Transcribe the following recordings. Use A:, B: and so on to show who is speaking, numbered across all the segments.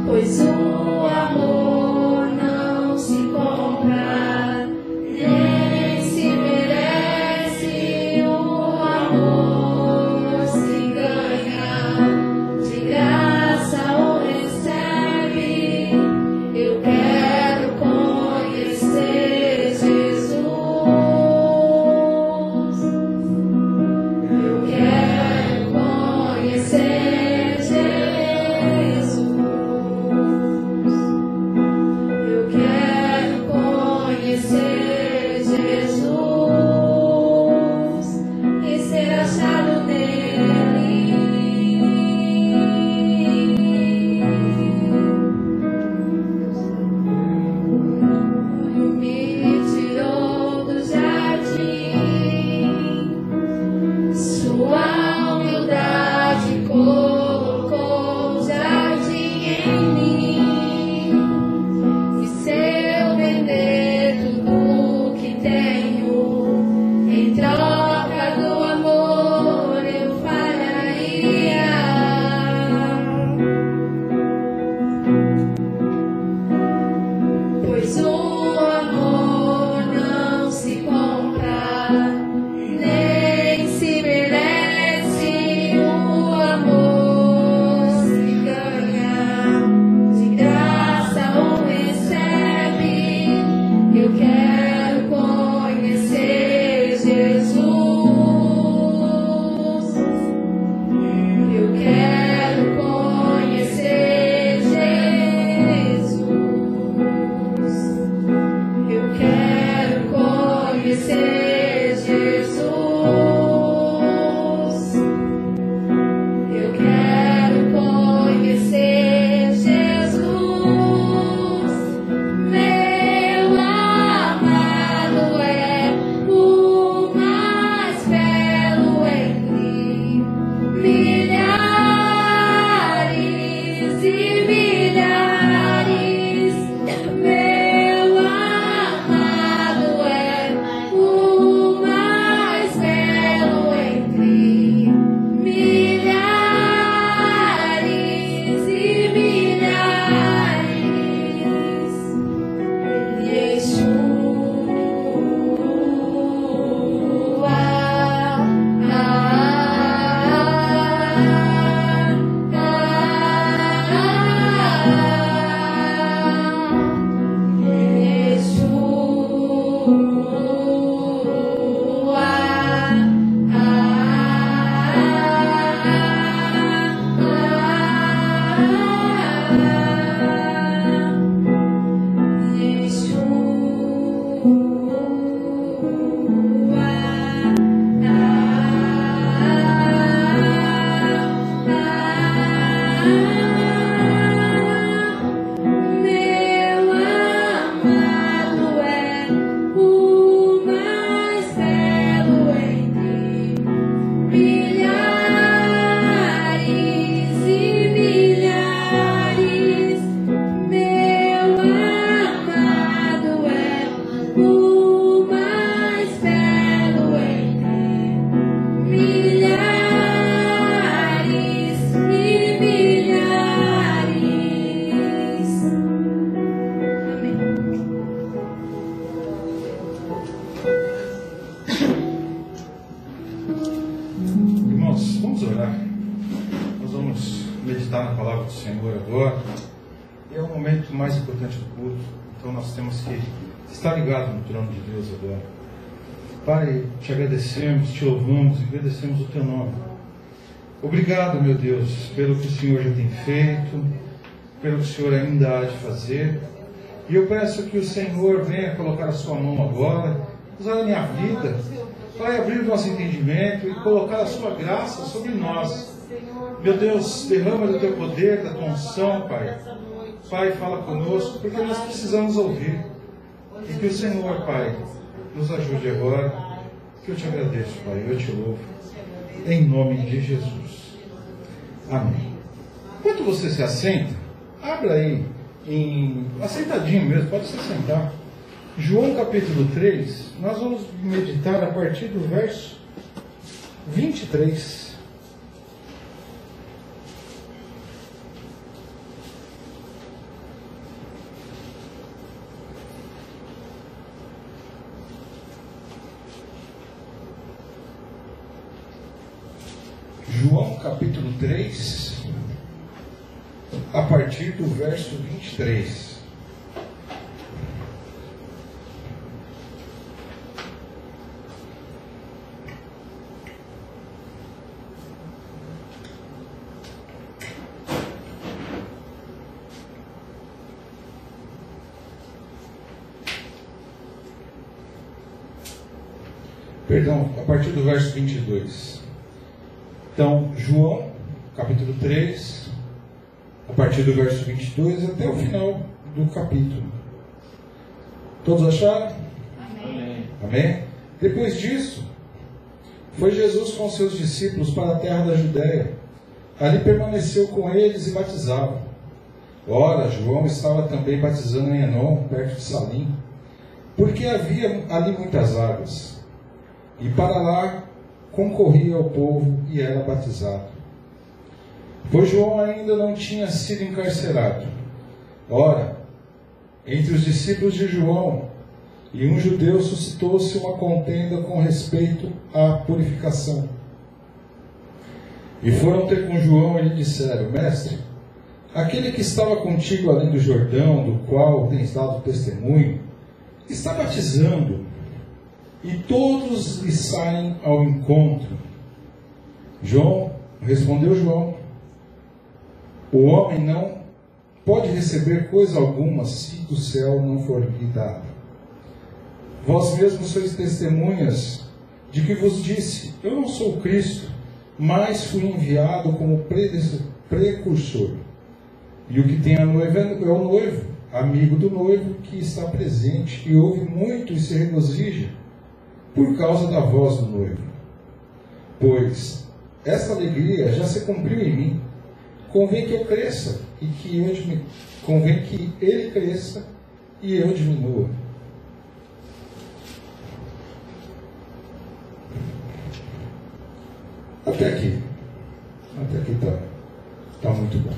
A: pois o amor não se compra, nem se merece, o amor se ganha, de graça o recebe. Eu quero conhecer Jesus, eu quero conhecer Jesus, eu quero conhecer Jesus e ser achado nele. Me tirou do jardim, sua humildade colocou o jardim em mim. E se eu vender tudo que tenho em troca do amor, eu faria. Pois o amor não se compra, nem se merece, o amor se ganha, de graça o recebe. Eu quero conhecer Jesus, eu quero conhecer Jesus, eu quero conhecer Jesus, eu quero conhecer Jesus, meu amado é o mais belo entre milhares e milhares. Meu amado é o mais belo entre milhares e milhares. Yeshua. Meu amado é o mais belo entre milhares e milhares. Meu amado é o mais belo entre milhares e milhares. Amém.
B: Irmãos, vamos orar. Nós vamos meditar na palavra do Senhor agora. E é o momento mais importante do culto. Então nós temos que estar ligados no trono de Deus agora. Pai, te agradecemos, te louvamos, agradecemos o teu nome. Obrigado, meu Deus, pelo que o Senhor já tem feito, pelo que o Senhor ainda há de fazer. E eu peço que o Senhor venha colocar a sua mão agora, usar a minha vida, Pai, abrir o nosso entendimento e colocar a sua graça sobre nós. Meu Deus, derrama do teu poder, da tua unção, Pai. Pai, fala conosco, porque nós precisamos ouvir. E que o Senhor, Pai, nos ajude agora. Que eu te agradeço, Pai, eu te louvo. Em nome de Jesus. Amém. Enquanto você se assenta, abra aí, assentadinho mesmo, pode se sentar. João capítulo 3, nós vamos meditar a partir do verso 23. capítulo 3, a partir do verso 23. Perdão, a partir do verso 22. Então, João, capítulo 3, a partir do verso 22 até o final do capítulo. Todos acharam?
A: Amém.
B: Amém? Depois disso, foi Jesus com seus discípulos para a terra da Judéia. Ali permaneceu com eles e batizava. Ora, João estava também batizando em Enom, perto de Salim, porque havia ali muitas águas. E para lá concorria o povo e era batizado. Pois João ainda não tinha sido encarcerado. Ora, entre os discípulos de João e um judeu suscitou-se uma contenda com respeito à purificação. E foram ter com João e lhe disseram: Mestre, aquele que estava contigo além do Jordão, do qual tens dado testemunho, está batizando, e todos lhe saem ao encontro. Respondeu João: o homem não pode receber coisa alguma se do céu não for lhe dada. Vós mesmos sois testemunhas de que vos disse: eu não sou Cristo, mas fui enviado como precursor. E o que tem a noiva é o noivo, amigo do noivo, que está presente e ouve muito e se regozija por causa da voz do noivo. Pois esta alegria já se cumpriu em mim. Convém que eu cresça e convém que ele cresça e eu diminua. Até aqui está muito bom.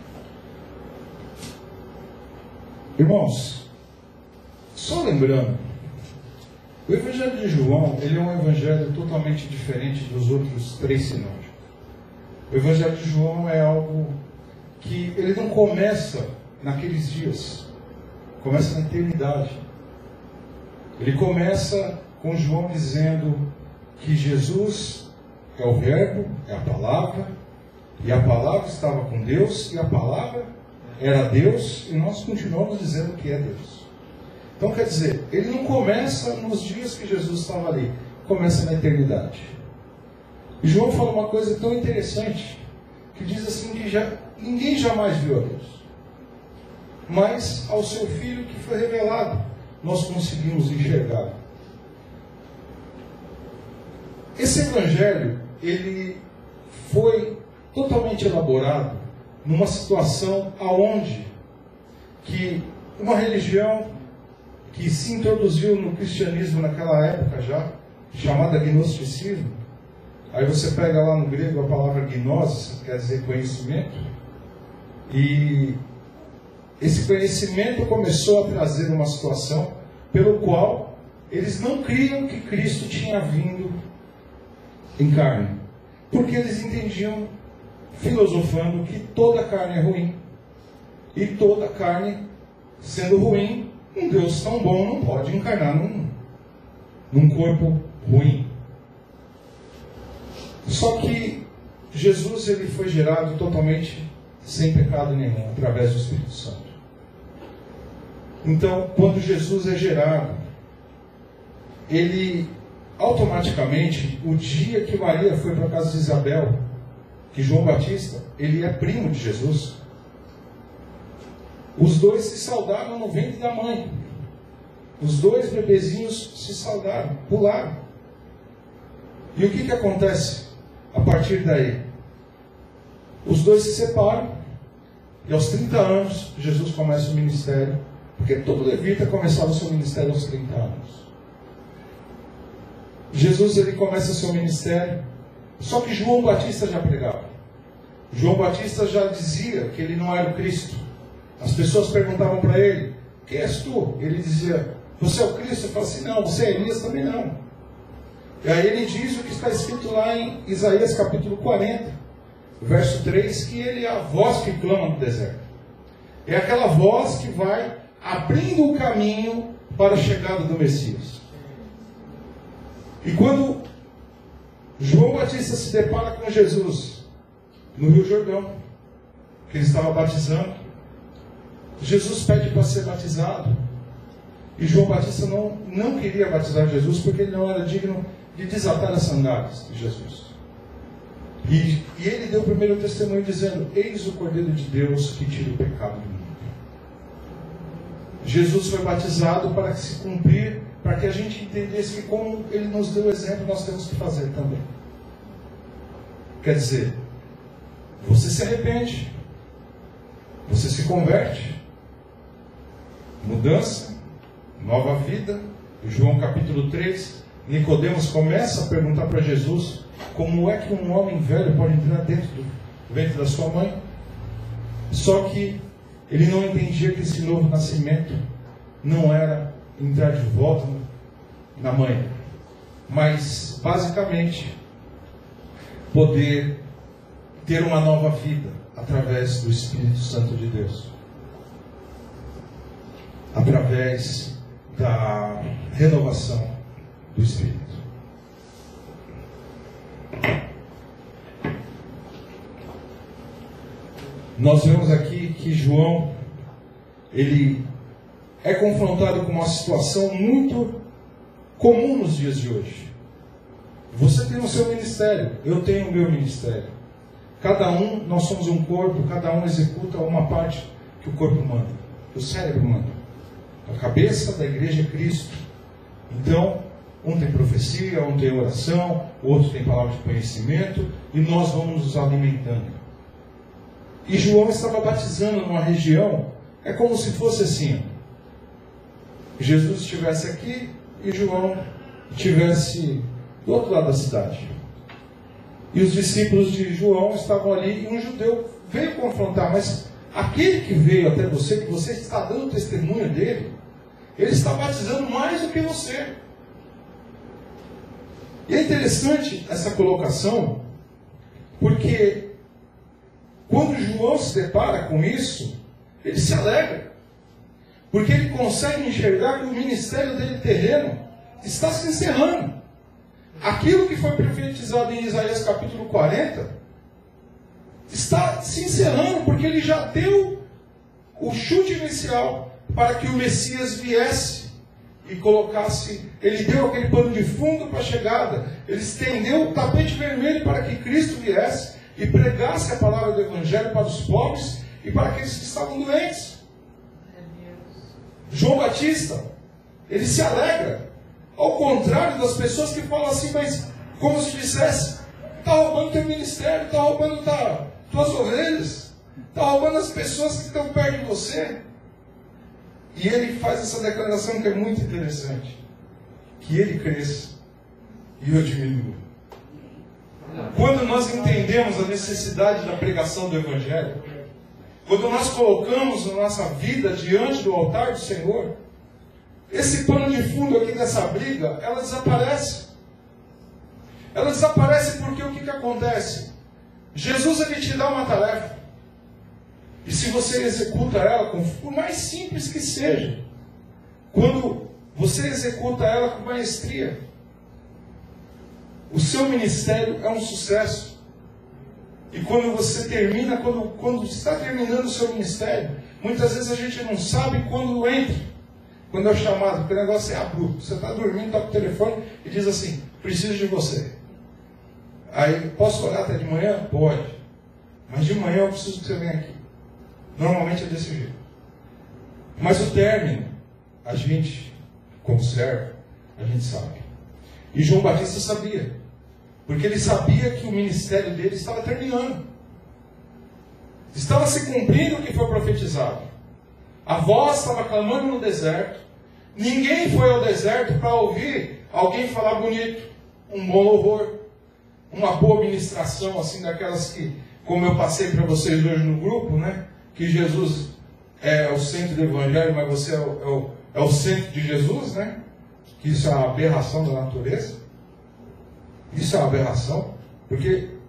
B: Irmãos, só lembrando, o Evangelho de João, ele é um evangelho totalmente diferente dos outros três sinóticos. O Evangelho de João é algo que ele não começa naqueles dias, começa na eternidade. Ele começa com João dizendo que Jesus é o Verbo, é a palavra, e a palavra estava com Deus, e a palavra era Deus, e nós continuamos dizendo que é Deus. Então, quer dizer, ele não começa nos dias que Jesus estava ali, começa na eternidade. E João fala uma coisa tão interessante, que diz assim que ninguém jamais viu a Deus, mas ao seu Filho que foi revelado, nós conseguimos enxergar. Esse Evangelho, ele foi totalmente elaborado numa situação aonde que uma religião que se introduziu no cristianismo naquela época já, chamada gnosticismo. Aí você pega lá no grego a palavra gnosis, quer dizer conhecimento, e esse conhecimento começou a trazer uma situação pelo qual eles não criam que Cristo tinha vindo em carne, porque eles entendiam, filosofando, que toda carne é ruim, e toda carne sendo ruim, um Deus tão bom não pode encarnar num corpo ruim. Só que Jesus, ele foi gerado totalmente sem pecado nenhum, através do Espírito Santo. Então, quando Jesus é gerado, ele automaticamente, o dia que Maria foi para a casa de Isabel, que João Batista, ele é primo de Jesus, os dois se saudaram no ventre da mãe. Os dois bebezinhos se saudaram, pularam. E o que acontece a partir daí? Os dois se separam, e aos 30 anos, Jesus começa o ministério, porque todo levita começava o seu ministério aos 30 anos. Jesus, ele começa o seu ministério, só que João Batista já pregava. João Batista já dizia que ele não era o Cristo. As pessoas perguntavam para ele: quem és tu? Ele dizia: você é o Cristo? Eu falo assim: não. Você é Elias? Também não. E aí ele diz o que está escrito lá em Isaías capítulo 40, verso 3, que ele é a voz que clama no deserto. É aquela voz que vai abrindo o caminho para a chegada do Messias. E quando João Batista se depara com Jesus no Rio Jordão, que ele estava batizando, Jesus pede para ser batizado. E João Batista não queria batizar Jesus porque ele não era digno de desatar as sandálias de Jesus. E ele deu o primeiro testemunho dizendo: eis o Cordeiro de Deus que tira o pecado do mundo. Jesus foi batizado para se cumprir, para que a gente entendesse que, como ele nos deu o exemplo, nós temos que fazer também. Quer dizer, você se arrepende, você se converte, mudança, nova vida. João capítulo 3, Nicodemos começa a perguntar para Jesus como é que um homem velho pode entrar dentro do ventre da sua mãe. Só que ele não entendia que esse novo nascimento não era entrar de volta na mãe, mas basicamente poder ter uma nova vida através do Espírito Santo de Deus, através da renovação do Espírito. Nós vemos aqui que João, ele é confrontado com uma situação muito comum nos dias de hoje. Você tem o seu ministério, eu tenho o meu ministério. Cada um, nós somos um corpo, cada um executa uma parte que o corpo manda, que o cérebro manda. A cabeça da igreja é Cristo. Então, um tem profecia, um tem oração, o outro tem palavra de conhecimento, e nós vamos nos alimentando. E João estava batizando numa região, é como se fosse assim: Jesus estivesse aqui e João estivesse do outro lado da cidade. E os discípulos de João estavam ali, e um judeu veio confrontar: mas aquele que veio até você, que você está dando testemunho dele, ele está batizando mais do que você. E é interessante essa colocação, porque quando João se depara com isso, ele se alegra, porque ele consegue enxergar que o ministério dele terreno está se encerrando. Aquilo que foi profetizado em Isaías capítulo 40 está se encerrando, porque ele já deu o chute inicial para que o Messias viesse e colocasse, ele deu aquele pano de fundo para a chegada, ele estendeu o tapete vermelho para que Cristo viesse e pregasse a palavra do Evangelho para os pobres e para aqueles que estavam doentes. João Batista, ele se alegra, ao contrário das pessoas que falam assim, mas como se dissesse: está roubando teu ministério, está roubando tuas ovelhas, está roubando as pessoas que estão perto de você. E ele faz essa declaração que é muito interessante: que ele cresça e eu diminuo. Quando nós entendemos a necessidade da pregação do Evangelho, quando nós colocamos a nossa vida diante do altar do Senhor, esse pano de fundo aqui dessa briga, ela desaparece. Ela desaparece porque o que acontece? Jesus, ele te dá uma tarefa. E se você executa ela, por mais simples que seja, quando você executa ela com maestria, o seu ministério é um sucesso. E quando você termina, quando está terminando o seu ministério, muitas vezes a gente não sabe quando entra, quando é o chamado, porque o negócio é abrupto. Você está dormindo, está com o telefone e diz assim: preciso de você. Aí, posso orar até de manhã? Pode. Mas de manhã eu preciso que você venha aqui. Normalmente é desse jeito. Mas o término, a gente, como servo, a gente sabe. E João Batista sabia. Porque ele sabia que o ministério dele estava terminando. Estava se cumprindo o que foi profetizado. A voz estava clamando no deserto. Ninguém foi ao deserto para ouvir alguém falar bonito. Um bom louvor. Uma boa ministração, assim, daquelas que, como eu passei para vocês hoje no grupo, né? Que Jesus é o centro do Evangelho, mas você é o centro de Jesus, né? Que isso é uma aberração da natureza. Isso é uma aberração, porque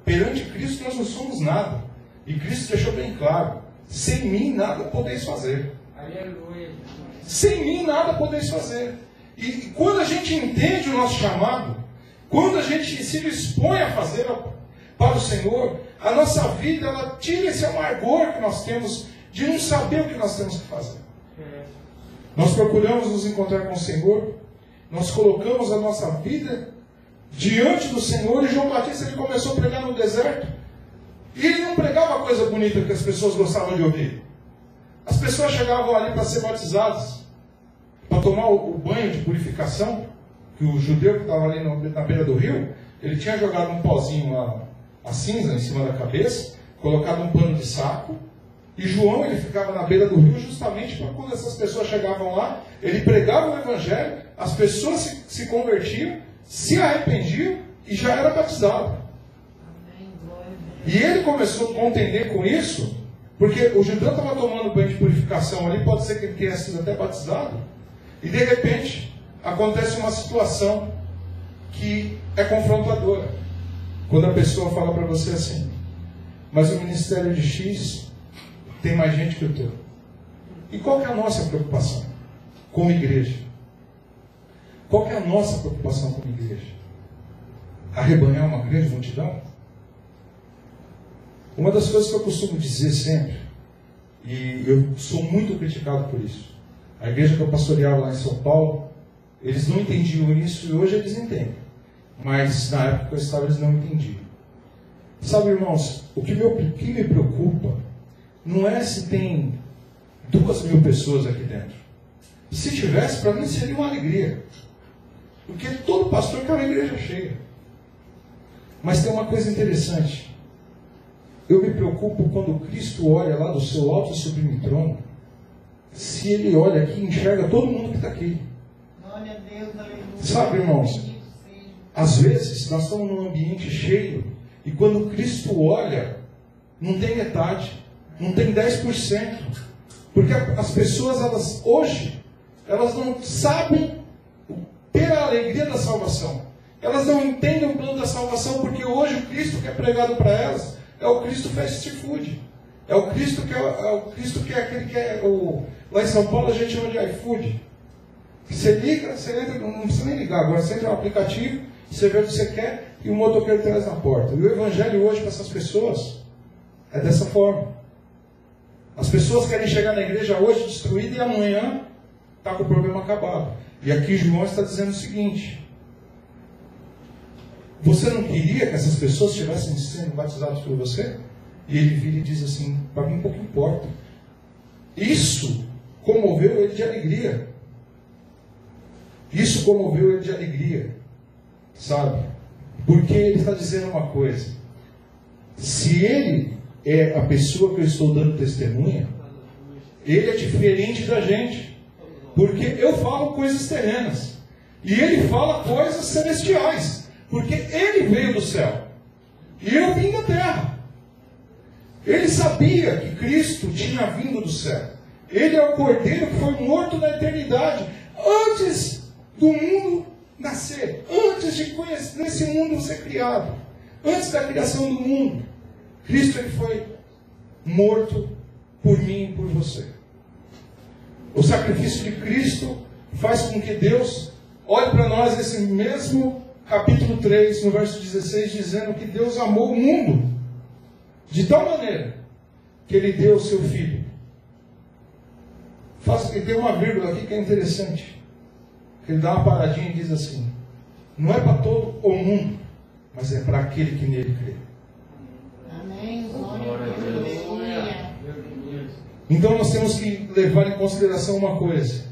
B: perante Cristo nós não somos nada. E Cristo deixou bem claro: sem mim nada podeis fazer.
C: Aleluia.
B: Sem mim nada podeis fazer. E quando a gente entende o nosso chamado, quando a gente se dispõe a fazer para o Senhor, a nossa vida, ela tira esse amargor que nós temos de não saber o que nós temos que fazer. Nós procuramos nos encontrar com o Senhor, nós colocamos a nossa vida diante do Senhor. E João Batista, ele começou a pregar no deserto, e ele não pregava coisa bonita que as pessoas gostavam de ouvir. As pessoas chegavam ali para ser batizadas, para tomar o banho de purificação, que o judeu que estava ali na beira do rio, ele tinha jogado um pozinho, a cinza em cima da cabeça, colocado um pano de saco, e João, ele ficava na beira do rio justamente para quando essas pessoas chegavam lá, ele pregava o evangelho, as pessoas se convertiam, se arrependiam e já era batizado. E ele começou a contender com isso, porque o judeu estava tomando banho de purificação ali, pode ser que ele tenha sido até batizado, e de repente acontece uma situação que é confrontadora. Quando a pessoa fala para você assim: mas o ministério de X tem mais gente que o teu. E qual que é a nossa preocupação como igreja? Qual que é a nossa preocupação como igreja? Arrebanhar uma grande multidão? Uma das coisas que eu costumo dizer sempre, e eu sou muito criticado por isso, a igreja que eu pastoreava lá em São Paulo, eles não entendiam isso e hoje eles entendem. Mas na época que eu estava, eles não entendiam. Sabe, irmãos, o que me preocupa não é se tem 2.000 pessoas aqui dentro. Se tivesse, para mim seria uma alegria. Porque todo pastor quer uma igreja cheia. Mas tem uma coisa interessante. Eu me preocupo quando Cristo olha lá do seu alto e sublime trono, se ele olha aqui e enxerga todo mundo que está aqui.
C: Glória a Deus, aleluia.
B: Sabe, irmãos, às vezes nós estamos num ambiente cheio e quando Cristo olha, não tem metade, não tem 10%. Porque as pessoas, hoje, elas não sabem ter a alegria da salvação. Elas não entendem o plano da salvação, porque hoje o Cristo que é pregado para elas é o Cristo fast food. É o Cristo que é aquele que é lá em São Paulo a gente chama de iFood. Você liga, você entra, não precisa nem ligar agora, você entra no aplicativo, você vê o que você quer e o motoqueiro traz na porta. E o evangelho hoje para essas pessoas é dessa forma. As pessoas querem chegar na igreja hoje destruída e amanhã está com o problema acabado. E aqui João está dizendo o seguinte: você não queria que essas pessoas estivessem sendo batizadas por você? E ele vira e diz assim: para mim pouco importa. Isso comoveu ele de alegria. Isso comoveu ele de alegria. Sabe? Porque ele está dizendo uma coisa: se ele é a pessoa que eu estou dando testemunha, ele é diferente da gente. Porque eu falo coisas terrenas e ele fala coisas celestiais. Porque ele veio do céu e eu vim da terra. Ele sabia que Cristo tinha vindo do céu. Ele é o Cordeiro que foi morto na eternidade, antes do mundo nascer, antes de desse mundo ser criado, antes da criação do mundo. Cristo, ele foi morto por mim e por você. O sacrifício de Cristo faz com que Deus olhe para nós nesse mesmo capítulo 3, no verso 16, dizendo que Deus amou o mundo de tal maneira que ele deu o seu Filho. E tem uma vírgula aqui que é interessante. Ele dá uma paradinha e diz assim: não é para todo o mundo, mas é para aquele que nele crê.
C: Amém. Glória a Deus.
B: Então nós temos que levar em consideração uma coisa.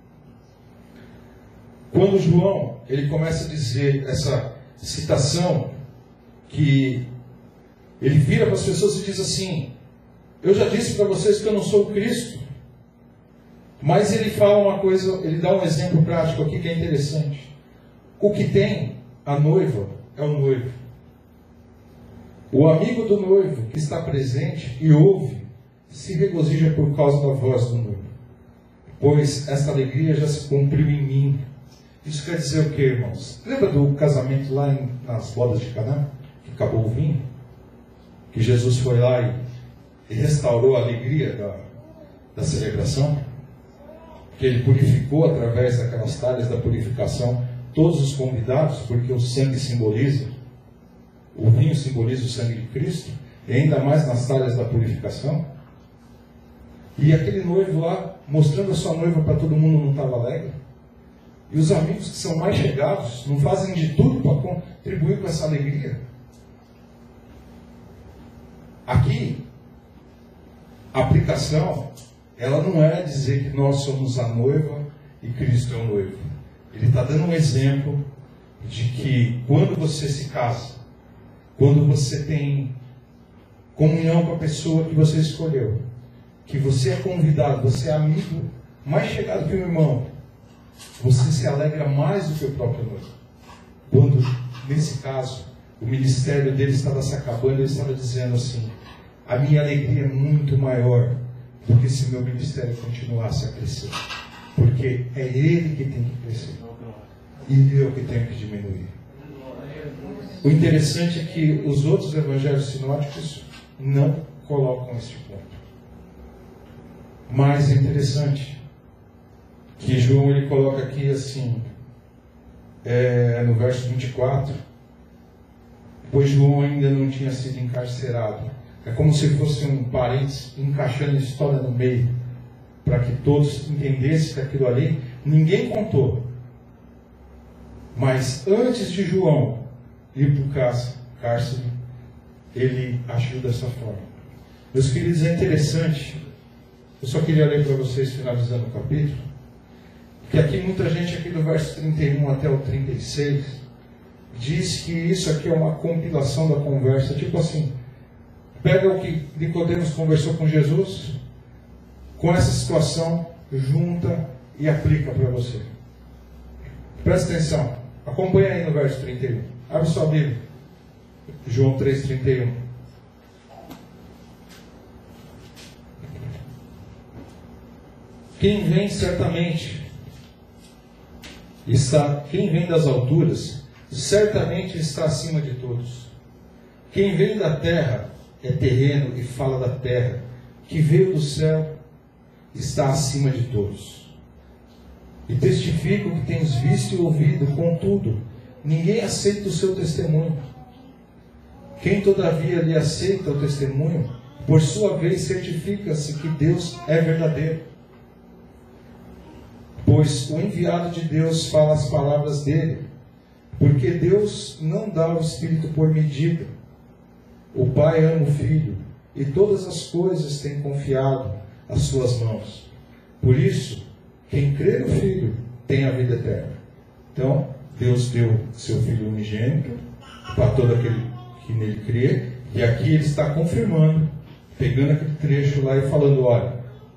B: Quando João ele começa a dizer essa citação, que ele vira para as pessoas e diz assim: eu já disse para vocês que eu não sou o Cristo. Mas ele fala uma coisa, ele dá um exemplo prático aqui que é interessante. O que tem a noiva é o noivo. O amigo do noivo que está presente e ouve, se regozija por causa da voz do noivo. Pois esta alegria já se cumpriu em mim. Isso quer dizer o que, irmãos? Lembra do casamento lá nas bodas de Caná? Que acabou o vinho? que Jesus foi lá e restaurou a alegria da celebração, que ele purificou através daquelas talhas da purificação todos os convidados, porque o sangue simboliza, o vinho simboliza o sangue de Cristo, e ainda mais nas talhas da purificação. E aquele noivo lá, mostrando a sua noiva para todo mundo, não estava alegre. E os amigos que são mais chegados não fazem de tudo para contribuir com essa alegria. Aqui, a aplicação, ela não é dizer que nós somos a noiva e Cristo é o noivo. Ele está dando um exemplo de que quando você se casa, quando você tem comunhão com a pessoa que você escolheu, que você é convidado, você é amigo mais chegado que o irmão, você se alegra mais do que o próprio noivo. Quando, nesse caso, o ministério dele estava se acabando, ele estava dizendo assim: a minha alegria é muito maior do que se meu ministério continuasse a crescer, porque é ele que tem que crescer e eu que tenho que diminuir. O interessante é que os outros evangelhos sinóticos não colocam este ponto. Mas é interessante que João ele coloca aqui assim, no verso 24, pois João ainda não tinha sido encarcerado. É como se fosse um parênteses encaixando a história no meio, para que todos entendessem que aquilo ali ninguém contou. Mas antes de João ir para o cárcere, ele agiu dessa forma. Meus queridos, é interessante, eu só queria ler para vocês, finalizando o capítulo, que aqui muita gente, aqui do verso 31 até o 36, diz que isso aqui é uma compilação da conversa, tipo assim, pega o que Nicodemos conversou com Jesus, com essa situação, junta e aplica para você. Presta atenção, acompanha aí no verso 31. Abre sua Bíblia. João 3,31. Quem vem certamente quem vem das alturas, certamente está acima de todos. Quem vem da terra é terreno e fala da terra. Que veio do céu está acima de todos. E testifico que tens visto e ouvido, contudo, ninguém aceita o seu testemunho. Quem todavia lhe aceita o testemunho, por sua vez certifica-se que Deus é verdadeiro. Pois o enviado de Deus fala as palavras dele, porque Deus não dá o Espírito por medida. O Pai ama o Filho, e todas as coisas tem confiado às suas mãos. Por isso, quem crê no Filho tem a vida eterna. Então, Deus deu seu Filho unigênito para todo aquele que nele crê, e aqui ele está confirmando, pegando aquele trecho lá e falando: olha,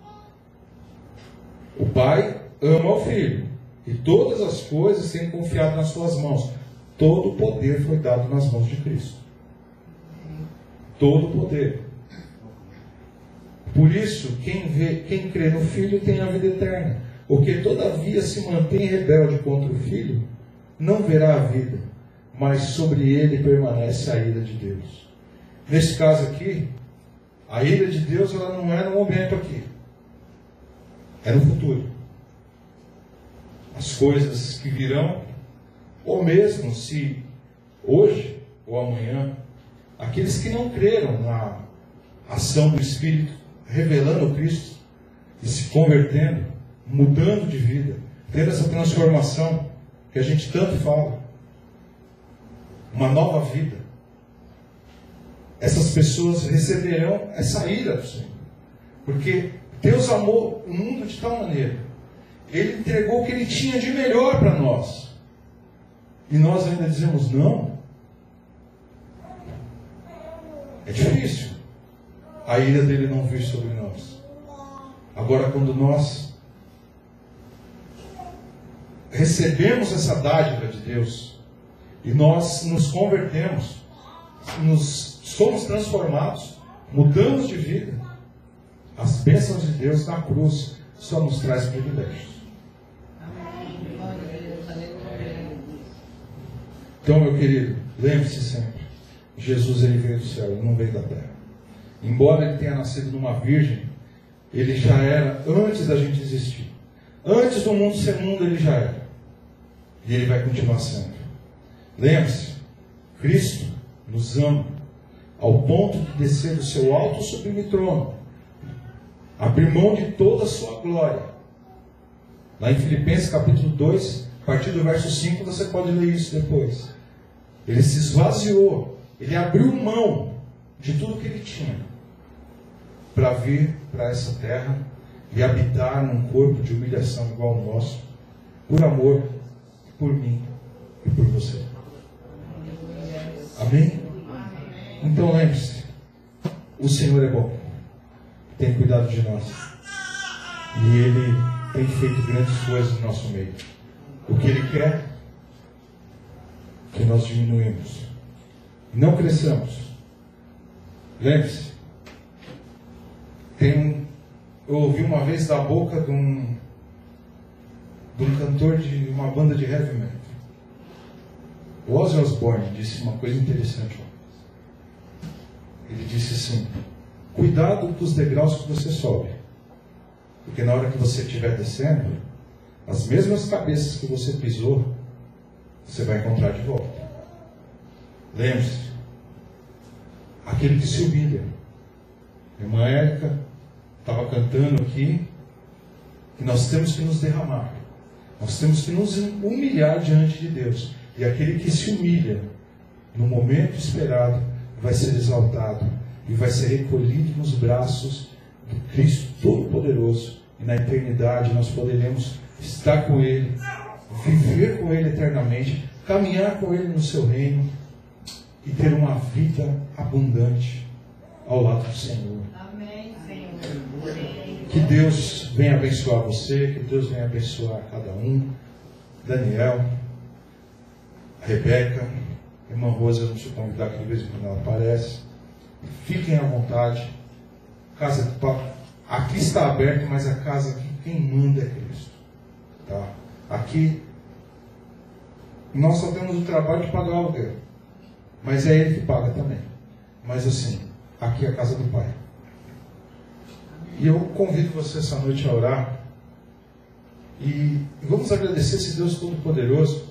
B: o Pai ama o Filho, e todas as coisas têm confiado nas suas mãos. Todo o poder foi dado nas mãos de Cristo. Todo o poder. Por isso, quem crê no Filho tem a vida eterna. O que todavia se mantém rebelde contra o Filho, não verá a vida, mas sobre ele permanece a ira de Deus. Nesse caso aqui, a ira de Deus ela não é no momento aqui, é no futuro. As coisas que virão, ou mesmo se hoje ou amanhã, aqueles que não creram na ação do Espírito, revelando Cristo e se convertendo, mudando de vida, tendo essa transformação que a gente tanto fala, uma nova vida, essas pessoas receberão essa ira do Senhor, porque Deus amou o mundo de tal maneira, Ele entregou o que Ele tinha de melhor para nós, e nós ainda dizemos não. É difícil a ira dele não vir sobre nós. Agora, quando nós recebemos essa dádiva de Deus e nós nos convertemos, somos transformados, mudamos de vida, as bênçãos de Deus na cruz só nos traz privilégios. Então, meu querido, lembre-se sempre, Jesus ele veio do céu, ele não veio da terra. Embora ele tenha nascido numa virgem, ele já era antes da gente existir. Antes do mundo ser mundo, ele já era. E ele vai continuar sendo. Lembre-se, Cristo nos ama ao ponto de descer do seu alto e sublime trono, abrir mão de toda a sua glória. Lá em Filipenses capítulo 2, a partir do verso 5, você pode ler isso depois. Ele se esvaziou, ele abriu mão de tudo que ele tinha para vir para essa terra e habitar num corpo de humilhação igual ao nosso, por amor, por mim e por você. Amém? Então lembre-se, o Senhor é bom, tem cuidado de nós e Ele tem feito grandes coisas no nosso meio. O que Ele quer é que nós diminuímos, não cresçamos. Lembre-se, eu ouvi uma vez da boca de um cantor de uma banda de heavy metal. O Ozzy Osbourne disse uma coisa interessante. Ele disse assim: cuidado com os degraus que você sobe, porque na hora que você estiver descendo, as mesmas cabeças que você pisou, você vai encontrar de volta. Lembre-se, aquele que se humilha. A irmã Érica estava cantando aqui que nós temos que nos derramar, nós temos que nos humilhar diante de Deus, e aquele que se humilha no momento esperado vai ser exaltado e vai ser recolhido nos braços do Cristo Todo-Poderoso, e na eternidade nós poderemos estar com Ele, viver com Ele eternamente, caminhar com Ele no seu reino e ter uma vida abundante ao lado do Senhor.
C: Amém, Senhor.
B: Que Deus venha abençoar você, que Deus venha abençoar cada um. Daniel, Rebeca, irmã Rosa, eu não sou convidar que de vez em quando ela aparece. Fiquem à vontade. Casa, aqui está aberto, mas a casa aqui quem manda é Cristo. Tá? Aqui nós só temos o trabalho de pagar o aluguel, mas é Ele que paga também. Mas assim, aqui é a casa do Pai. E eu convido você essa noite a orar. E vamos agradecer esse Deus Todo-Poderoso.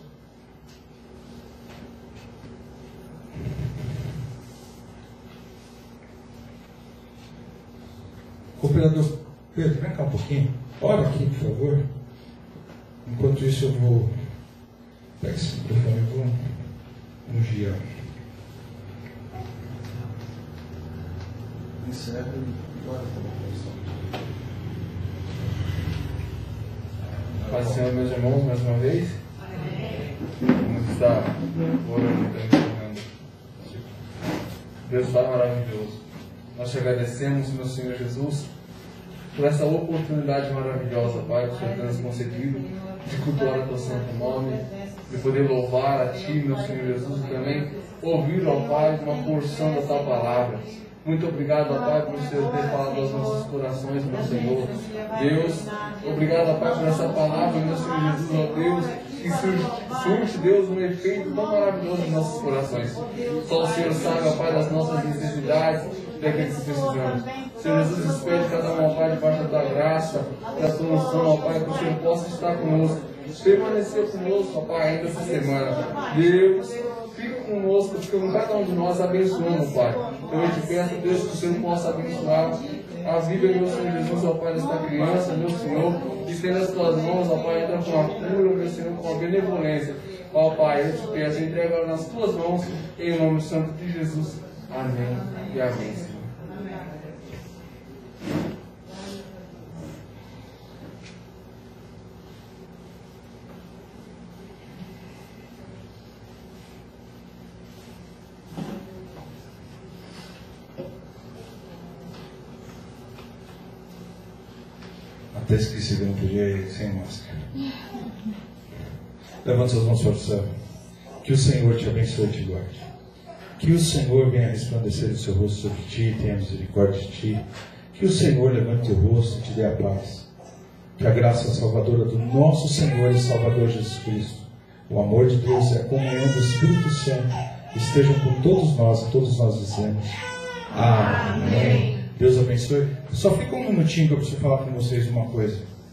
B: Cooperador Pedro, vem cá um pouquinho. Ora aqui, por favor. Enquanto isso eu vou... Pega esse microfone e vou ungir. Encerra e ora
D: Paz do Senhor, meus irmãos, mais uma vez. Como está orando? Deus está maravilhoso. Nós te agradecemos, meu Senhor Jesus, por essa oportunidade maravilhosa, Pai, que o Senhor tem nos concedido de cultuar o teu santo nome, de poder louvar a Ti, meu Senhor Jesus, e também ouvir, ó Pai, uma porção da Tua palavra. Muito obrigado, ó Pai, por o Senhor ter falado aos nossos corações, meu Senhor. Deus, obrigado, ó Pai, por essa palavra, meu Senhor Jesus, ó Deus, que surge, Deus, um efeito tão maravilhoso nos nossos corações. Só o Senhor sabe, ó Pai, das nossas necessidades, daqueles que precisamos. Senhor Jesus, espere cada um, ó Pai, debaixo da Tua graça, da Tua unção, ó Pai, que o Senhor possa estar conosco, permanecer conosco, ó Pai, ainda essa semana. Deus, fica conosco, fica com cada um de nós abençoando, Pai. Eu te peço, Deus, que o Senhor possa abençoar a vida, meu Senhor Jesus, ó Pai, desta criança, meu Senhor, e estenda as Tuas mãos, ó Pai, entra com a cura, meu Senhor, com a benevolência. Ó Pai, eu te peço, entrega agora nas Tuas mãos, em nome santo de Jesus. Amém e amém, Senhor.
B: Até esqueci, eu não podia ir sem máscara. Levante suas mãos para o céu. Que o Senhor te abençoe e te guarde. Que o Senhor venha resplandecer o seu rosto sobre ti e tenha misericórdia de ti. Que o Senhor levante o rosto e te dê a paz. Que a graça salvadora do nosso Senhor e Salvador Jesus Cristo, O amor de Deus e a comunhão do Espírito Santo estejam com todos nós, e todos nós dizemos amém. Deus abençoe. Só fica um minutinho que eu preciso falar com vocês uma coisa.